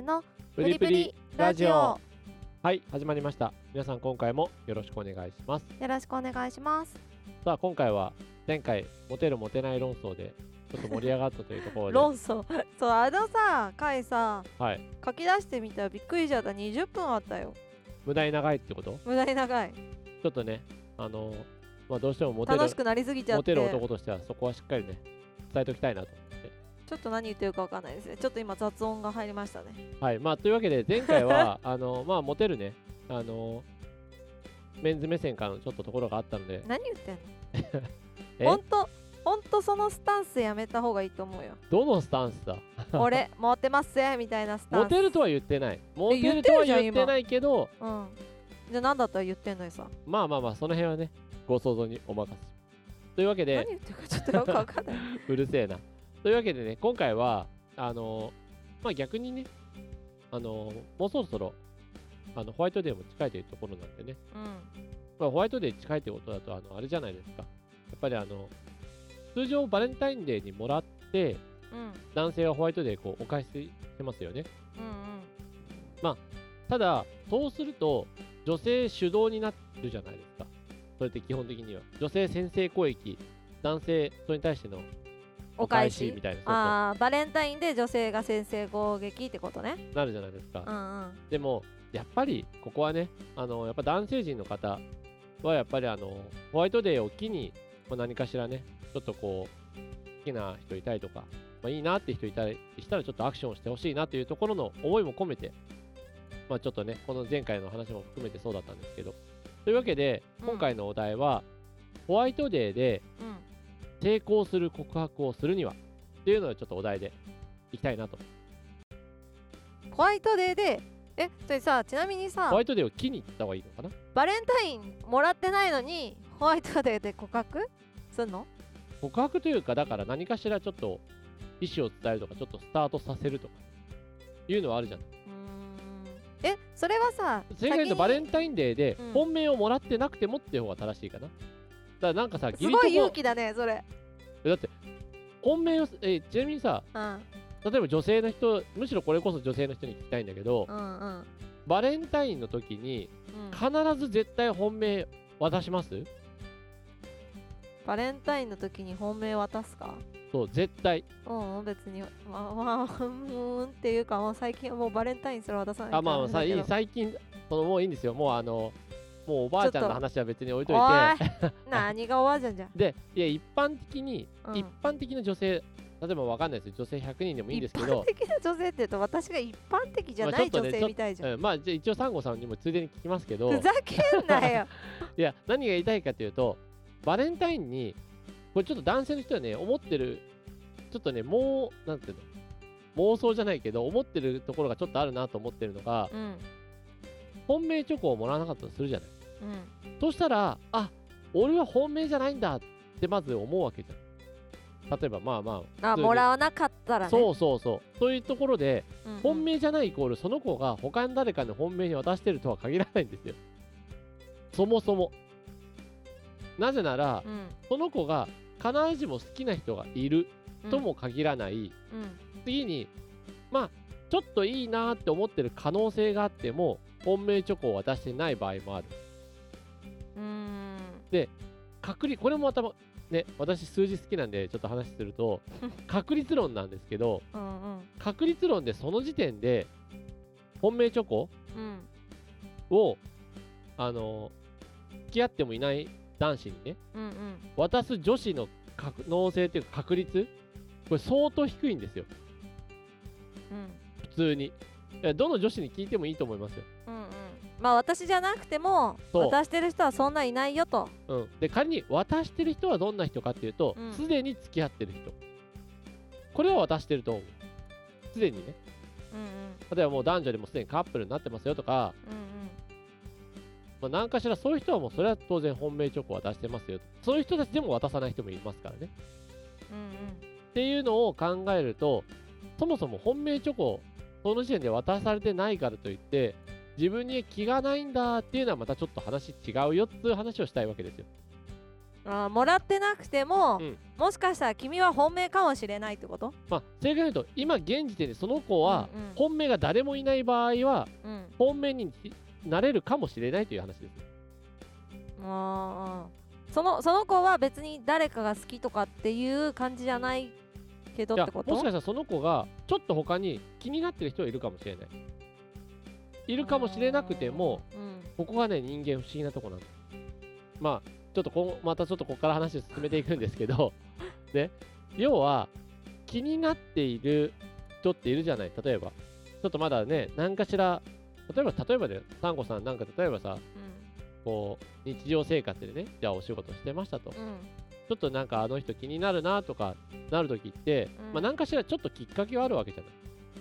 ーのプリプリラジオ。 よはい、始まりました。皆さん今回もよろしくお願いします。 ろしくお願いします。 さあ今回は前回モテるモテない論争でちょっと盛り上がったというところで論争そうあのさ回さはい、 書き出してみたらびっくりしちゃった。20分あったよ。 無駄に長いってこと無駄に長い。 ちょっとね、どうしてもモテる楽しくなりすぎちゃって男としてはそこはしっかりね伝えておきたいなと思って。 ちょっと何言ってるかわかんないですね。ちょっと今雑音が入りましたね。 はい、というわけで前回はモテるねメンズ目線からのちょっとところがあったので何言ってんえのほんとそのスタンスやめた方がいいと思うよ。 どのスタンスだ俺モテますぜみたいなスタンス。 モテるとは言ってない。モテるとは言ってないけど、 じゃあ何だったら言ってんのよさ。 その辺はねご想像にお任せします。というわけで何言ってるかちょっとよくわかんないうるせえな。というわけでね、今回は逆にねもうそろそろホワイトデーも近いというところなんでね、ホワイトデー近いということだとあれじゃないですか。やっぱり通常バレンタインデーにもらって、男性はホワイトデーこうお返ししてますよね。ただそうすると女性主導になるじゃないですか。それって基本的には女性先制攻撃、男性それに対してのお返しみたいな。 バレンタインで女性が先制攻撃ってことね。 なるじゃないですか。でもやっぱりここはねやっぱ男性陣の方はやっぱりホワイトデーを機に何かしらねちょっとこう好きな人いたりとか、いいなって人いたりしたらちょっとアクションしてほしいなというところの思いも込めてちょっとねこの前回の話も含めてそうだったんですけど、というわけで今回のお題は、ホワイトデーで成功する告白をするにはっていうのをちょっとお題でいきたいなと。 ホワイトデーでそれさ、ちなみにさホワイトデーを機に行った方がいいのかな。 バレンタインもらってないのにホワイトデーで告白すんの？ 告白というか、だから何かしらちょっと意思を伝えるとかちょっとスタートさせるとかいうのはあるじゃない。 それはさ、 正確に言うとバレンタインデーで本命をもらってなくてもっていう方が正しいかな。だからなんかさ、 すごい勇気だねそれ。 だって本命をちなみにさ、例えば女性の人、むしろこれこそ女性の人に聞きたいんだけど、バレンタインの時に必ず絶対本命渡します？ バレンタインの時に本命渡すか？ そう、絶対。 別にっていうか、最近はもうバレンタインすら渡さないから。 最近もういいんですよ。もうおばあちゃんの話は別に置いといて何がおばあちゃんじゃん。 で、いや一般的な女性、例えばわかんないですよ、女性100人でもいいんですけど、 一般的な女性って言うと私が一般的じゃない女性みたいじゃん。 じゃあ一応サンゴさんにもついでに聞きますけど、 ふざけんなよいや何が言いたいかというと、バレンタインにこれちょっと男性の人はね思ってる、ちょっとねなんていうの、妄想じゃないけど思ってるところがちょっとあるなと思ってるのが、本命チョコをもらわなかったとするじゃない。そしたら俺は本命じゃないんだってまず思うわけじゃん。例えばもらわなかったらね。 そういうところで、本命じゃないイコールその子が他の誰かの本命に渡してるとは限らないんですよ、そもそも。なぜなら、その子が必ずしも好きな人がいるとも限らない、次にちょっといいなって思ってる可能性があっても本命チョコを渡してない場合もある。でこれもまたね、私数字好きなんでちょっと話すると確率論なんですけど、確率論でその時点で本命チョコを付き合ってもいない男子にね、渡す女子の可能性というか確率、これ相当低いんですよ、普通に。どの女子に聞いてもいいと思いますよ。 私じゃなくても渡してる人はそんないないよと。 で仮に渡してる人はどんな人かっていうと、すでに付き合ってる人、これは渡してると思う、すでにね。例えばもう男女でもすでにカップルになってますよとか、何かしらそういう人はもうそれは当然本命チョコは出してますよと。そういう人たちでも渡さない人もいますからね。っていうのを考えると、そもそも本命チョコをその時点で渡されてないからといって自分に気がないんだっていうのはまたちょっと話違うよっていう話をしたいわけですよ。 もらってなくても、 うんもしかしたら君は本命かもしれないってこと？ まあ正確に言うと今現時点でその子はうんうん本命が誰もいない場合はうん本命になれるかもしれないという話です。 その子は別に誰かが好きとかっていう感じじゃないけどいやってこと？ もしかしたらその子がちょっと他に気になってる人いるかもしれない。いるかもしれなくても、ここがね人間不思議なとこなんです。まあちょっとまたちょっとここから話を進めていくんですけどね、要は気になっている人っているじゃない。例えばちょっとまだね何かしら例えばでサンゴさんなんか例えばさこう日常生活でねじゃあお仕事してましたと、ちょっとなんかあの人気になるなとかなるときって、まあ何かしらちょっときっかけがあるわけじゃない。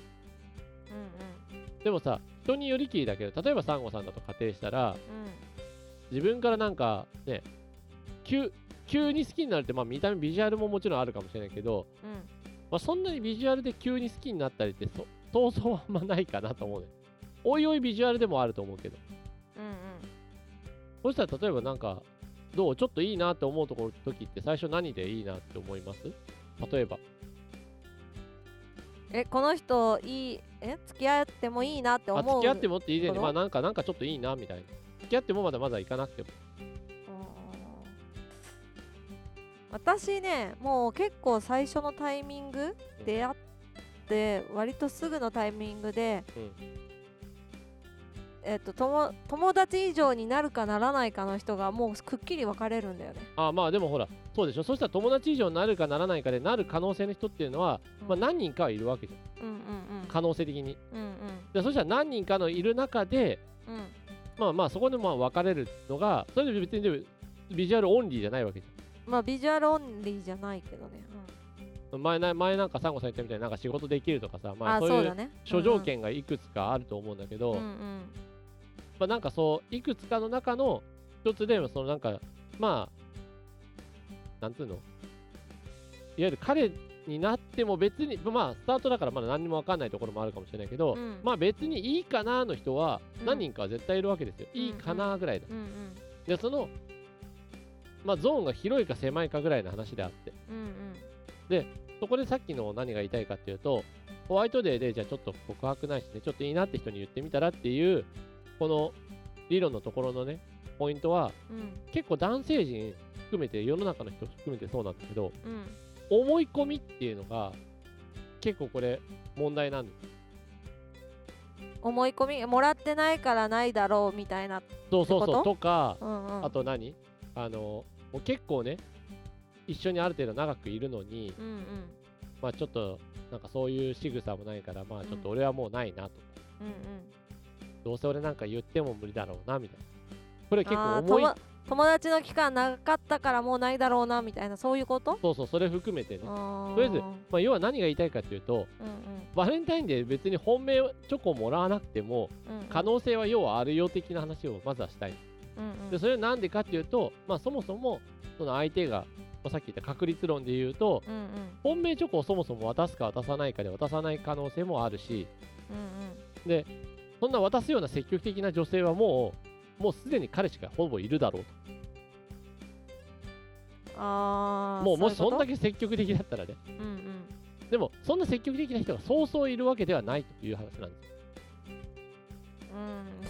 でもさ人によりきりだけど、例えばサンゴさんだと仮定したら、自分からなんかね急に好きになるって、まあ見た目ビジュアルももちろんあるかもしれないけど、まあ、そんなにビジュアルで急に好きになったりってそうそうあんまないかなと思うね。おいおいビジュアルでもあると思うけど、そしたら例えばなんかちょっといいなって思う時って最初何でいいなって思います？例えばこの人いい付き合ってもいいなって思う。 付き合ってもって以前にまあなんかちょっといいなみたいな。付き合ってもまだ行かなくても。 私ねもう結構最初のタイミング、出会って割とすぐのタイミングで、友達以上になるかならないかの人がもうくっきり分かれるんだよね。 まあでもほらそうでしょ。そしたら友達以上になるかならないかでなる可能性の人っていうのは、まあ何人かはいるわけじゃん。可能性的に。でそしたら何人かのいる中で、まあそこでまあ分かれるのが、それで別にビジュアルオンリーじゃないわけじゃん。 まあビジュアルオンリーじゃないけどね。 前なんかサンゴさん言ったみたいになんか仕事できるとかさ、まあそういう諸条件がいくつかあると思うんだけど、まあなんかそういくつかの中の一つでもそのなんかまあなんつうの、いわゆる彼になっても別にまあスタートだからまだ何にも分かんないところもあるかもしれないけど、まあ別にいいかなの人は何人かは絶対いるわけですよ。いいかなぐらいだ。でそのまあゾーンが広いか狭いかぐらいの話であって、でそこでさっきの何が言いたいかっていうと、ホワイトデーでじゃあちょっと告白ないしね、ちょっといいなって人に言ってみたらっていうこの理論のところのねポイントは、結構男性陣含めて世の中の人含めてそうなんだけど、思い込みっていうのが結構これ問題なんです。 思い込みもらってないからないだろうみたいな。 そうとか、あと何もう結構ね一緒にある程度長くいるのに、まあちょっとなんかそういう仕草もないから、まあちょっと俺はもうないなとか、どうせ俺なんか言っても無理だろうなみたいな。これ結構友達の期間長かったからもうないだろうなみたいな、そういうこと？ そうそれ含めてね。とりあえず、まあ、要は何が言いたいかっていうと、バレンタインデー別に本命チョコもらわなくても、可能性は要はあるよ的な話をまずはしたい。でそれはなんでかっていうと、まあそもそもその相手が、まあ、さっき言った確率論で言うと、本命チョコをそもそも渡すか渡さないかで渡さない可能性もあるし、でそんな渡すような積極的な女性はもうすでに彼氏がほぼいるだろうと。もしそんだけ積極的だったらね。でもそんな積極的な人がそうそういるわけではないという話なんです。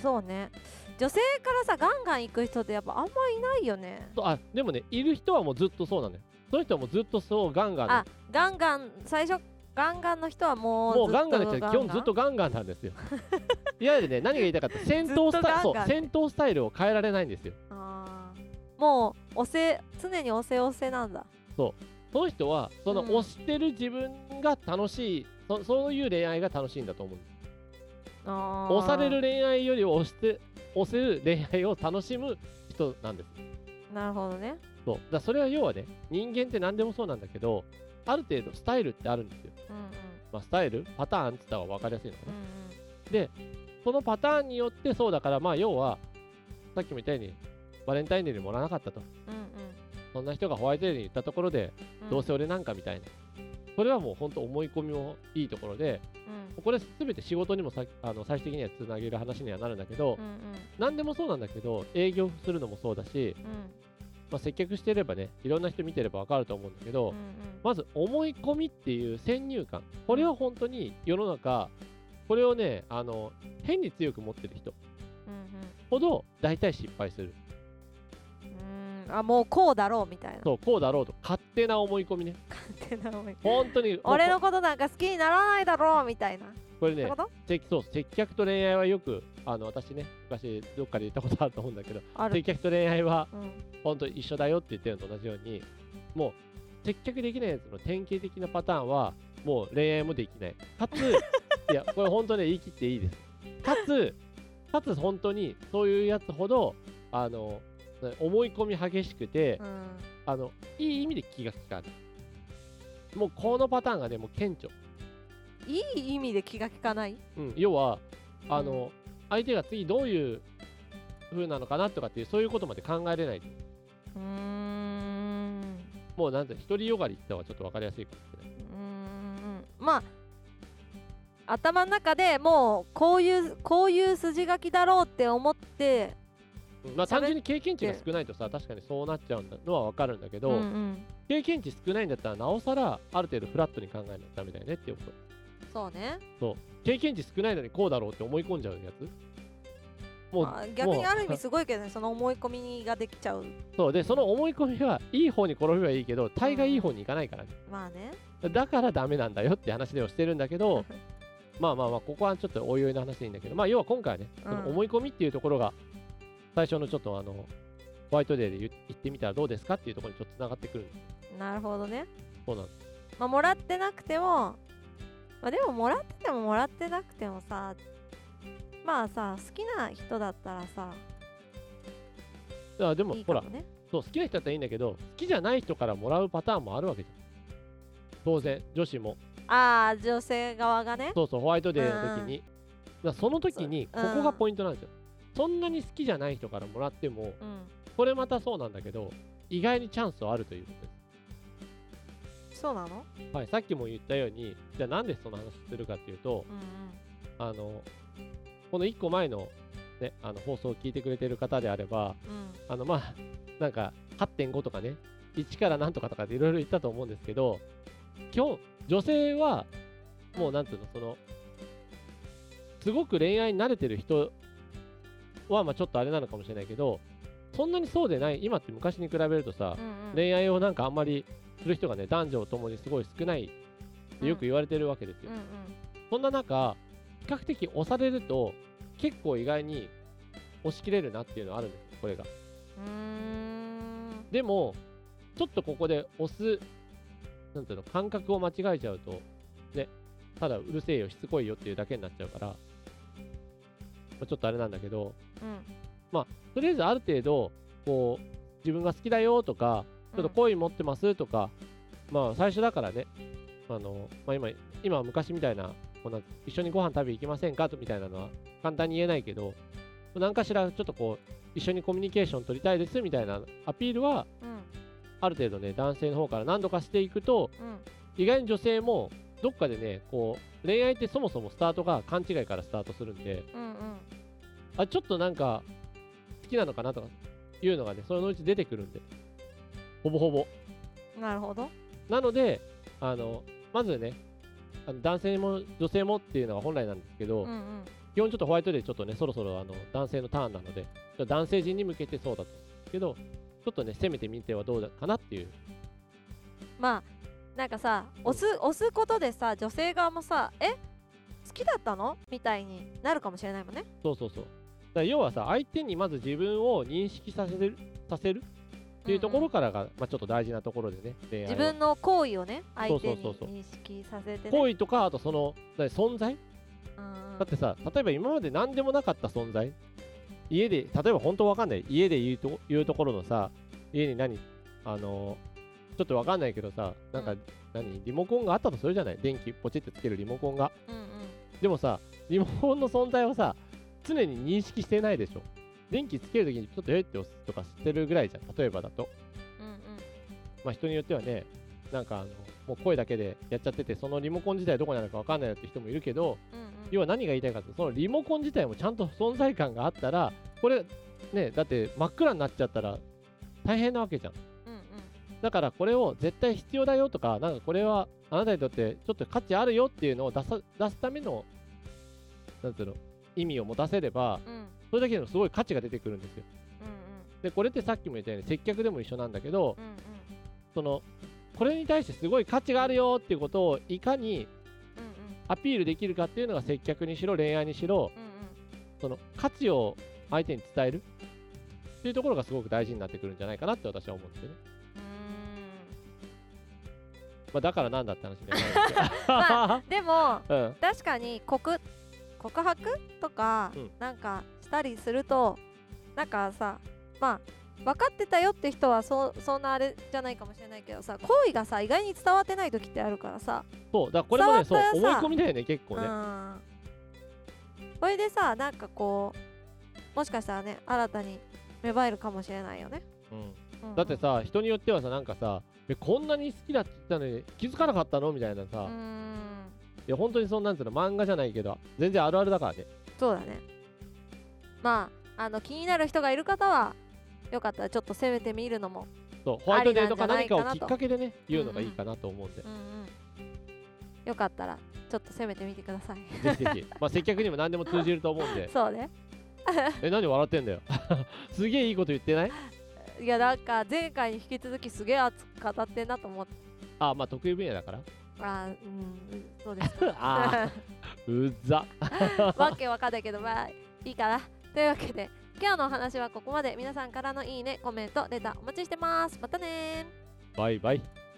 そうね。女性からさガンガン行く人ってやっぱあんまいないよね。 でもね、いる人はもうずっとそうなのよ。その人はもうずっとそうガンガン。 ガンガン最初ガンガンの人はもうガンガンの人は基本ずっとガンガンなんですよ。いわゆるね、何が言いたかった、戦闘スタイルを変えられないんですよ。 もう常に押せなんだ。 その人はその押してる自分が楽しい、そういう恋愛が楽しいんだと思うんです。押される恋愛より押せる恋愛を楽しむ人なんです。 なるほどね。 それは要はね、人間って何でもそうなんだけど、ある程度スタイルってあるんですよ。まあスタイルパターンって言ったら分かりやすいのかな。でそのパターンによってそうだから、まあ要はさっきも言ったようにバレンタインデーにもらわなかったと、そんな人がホワイトデーに言ったところで、どうせ俺なんかみたいな、それはもう本当思い込みもいいところで、これ全て仕事にも最終的にはつなげる話にはなるんだけど、何でもそうなんだけど、営業するのもそうだし、 接客してればね、いろんな人見てれば分かると思うんだけど、まず思い込みっていう先入観、これは本当に世の中、これをね、変に強く持ってる人ほど大体失敗する。 もうこうだろうみたいな。 そう、こうだろうと勝手な思い込みね。 勝手な思い込み。 本当に俺のことなんか好きにならないだろうみたいな。 これね、そう接客と恋愛はよく私ね、昔どっかで言ったことあると思うんだけど、接客と恋愛は本当に一緒だよって言ってるのと同じように、もう接客できないやつの典型的なパターンはもう恋愛もできない。かついやこれ本当に言い切っていいです。かつ本当にそういうやつほど思い込み激しくて、いい意味で気が利かない。もうこのパターンがね、もう顕著。 いい意味で気が利かない、 要は相手が次どういう風なのかなとかっていう、そういうことまで考えれない。もうなんて独りよがりって言った方がちょっと分かりやすいかもしれない。 まあ頭の中でもうこういう筋書きだろうって思って、 単純に経験値が少ないとさ、確かにそうなっちゃうのは分かるんだけど、経験値少ないんだったらなおさらある程度フラットに考えないとダメだよねっていうこと。 そうね。 そう、経験値少ないのにこうだろうって思い込んじゃうやつ、もう逆にある意味すごいけどね、その思い込みができちゃう。 そうで、その思い込みはいい方に転べばいいけど、大概いい方にいかないからね。 まあね。 だからダメなんだよって話ではしてるんだけどまあここはちょっとおいおいの話でいいんだけど、要は今回はね、その思い込みっていうところが最初のちょっとホワイトデーで言ってみたらどうですかっていうところにちょっとつながってくるんです。 なるほどね。 そうなんです。 もらってなくても、でももらっててももらってなくてもさ、好きな人だったらさ、 でもほら、そう好きな人だったらいいんだけど、好きじゃない人からもらうパターンもあるわけじゃん。当然女子も。 女性側がね。 そうホワイトデーの時に、その時にここがポイントなんですよ。そんなに好きじゃない人からもらっても、これまたそうなんだけど、意外にチャンスはあるということです。 そうなの？ はい、さっきも言ったように、じゃあなんでその話するかっていうと、この1個前の、ね、放送を聞いてくれてる方であれば、なんか 8.5 とかね、1からなんとかとかでいろいろ言ったと思うんですけど、基本女性はもうなんていうの、すごく恋愛に慣れてる人はちょっとあれなのかもしれないけど、そんなにそうでない、今って昔に比べるとさ、恋愛をなんかあんまりする人がね、男女ともにすごい少ないってよく言われてるわけですよ。そんな中、比較的押されると結構意外に押し切れるなっていうのはあるんですよ、これが。でもちょっとここで押すなんていうの、感覚を間違えちゃうとね、ただうるせえよしつこいよっていうだけになっちゃうから、ちょっとあれなんだけど、とりあえずある程度こう自分が好きだよとか、ちょっと好意持ってますとか、最初だからね、今は昔みたいな一緒にご飯食べ行きませんかとみたいなのは簡単に言えないけど、何かしらちょっとこう一緒にコミュニケーション取りたいですみたいなアピールは、ある程度ね、男性の方から何度かしていくと、意外に女性もどっかでね、こう恋愛ってそもそもスタートが勘違いからスタートするんで、ちょっとなんか好きなのかなとかいうのがね、そのうち出てくるんで、ほぼほぼ。 なるほど。 なのでまずね、男性も女性もっていうのが本来なんですけど、基本ちょっとホワイトデーちょっとね、そろそろ男性のターンなので、男性陣に向けてそうだと思うんですけど、ちょっとね、攻めてみてはどうだかなっていう。 なんかさ、押すことでさ、女性側もさ、好きだったのみたいになるかもしれないもんね。 そうだから要はさ、相手にまず自分を認識させるっていうところからが、ちょっと大事なところでね、 自分の行為をね、相手に認識させてね。 行為とか、あとその存在、だってさ、例えば今まで何でもなかった存在、家で、例えば本当わかんない、家で言うところのさ、家にちょっとわかんないけどさ、なんか、リモコンがあったとするじゃない、電気ポチってつけるリモコンが。でもさ、リモコンの存在をさ、常に認識してないでしょ。電気つけるときにちょっとって押すとかしてるぐらいじゃん、例えばだと。人によってはね、なんかもう声だけでやっちゃってて、そのリモコン自体どこにあるかわかんないって人もいるけど、要は何が言いたいかって、そのリモコン自体もちゃんと存在感があったら、これね、だって真っ暗になっちゃったら大変なわけじゃん。 うんうん。 だからこれを絶対必要だよとか、なんかこれはあなたにとってちょっと価値あるよっていうのを出すための、なんていうの、意味を持たせれば、 うんそれだけでもすごい価値が出てくるんですよ。 うんで、これってさっきも言ったように接客でも一緒なんだけど、 うんうんこれに対してすごい価値があるよっていうことをいかにうんアピールできるかっていうのが接客にしろ恋愛にしろ、 うんうんその価値を相手に伝えるっていうところがすごく大事になってくるんじゃないかなって私は思うんですよね。まあだからなんだって話じゃないですけど。 まあでもうん確かに告白とかうんなんかしたりすると、なんかさ、まあ分かってたよって人はそんなあれじゃないかもしれないけどさ、行為がさ意外に伝わってない時ってあるからさ、 そうだからこれもね、そう伝わったらさ思い込みだよね結構ね。 これでさ、なんかこうもしかしたらね新たに芽生えるかもしれないよね。 だってさ、人によってはさ、なんかさ、こんなに好きだって言ったのに気づかなかったのみたいなさ、いや本当にそんなんつうの漫画じゃないけど全然あるあるだからね。 そうだね。まあ気になる人がいる方はよかったらちょっと攻めてみるのも、 そうホワイトデーとかありなんじゃないかなと何かをきっかけでね言うのがいいかなと思うんで、 よかったらちょっと攻めてみてください。 ぜひぜひまあ接客にも何でも通じると思うんで。 そうね。 何笑ってんだよ。すげえいいこと言ってない？ いやなんか前回に引き続きすげえ熱く語ってんなと思って。 あ、まあ得意分野だから。 そうです。 あうざ。 わけわかんないけど、まあいいかな。というわけで今日のお話はここまで。皆さんからのいいね、コメント、レターお待ちしてます。またねー。 バイバイ。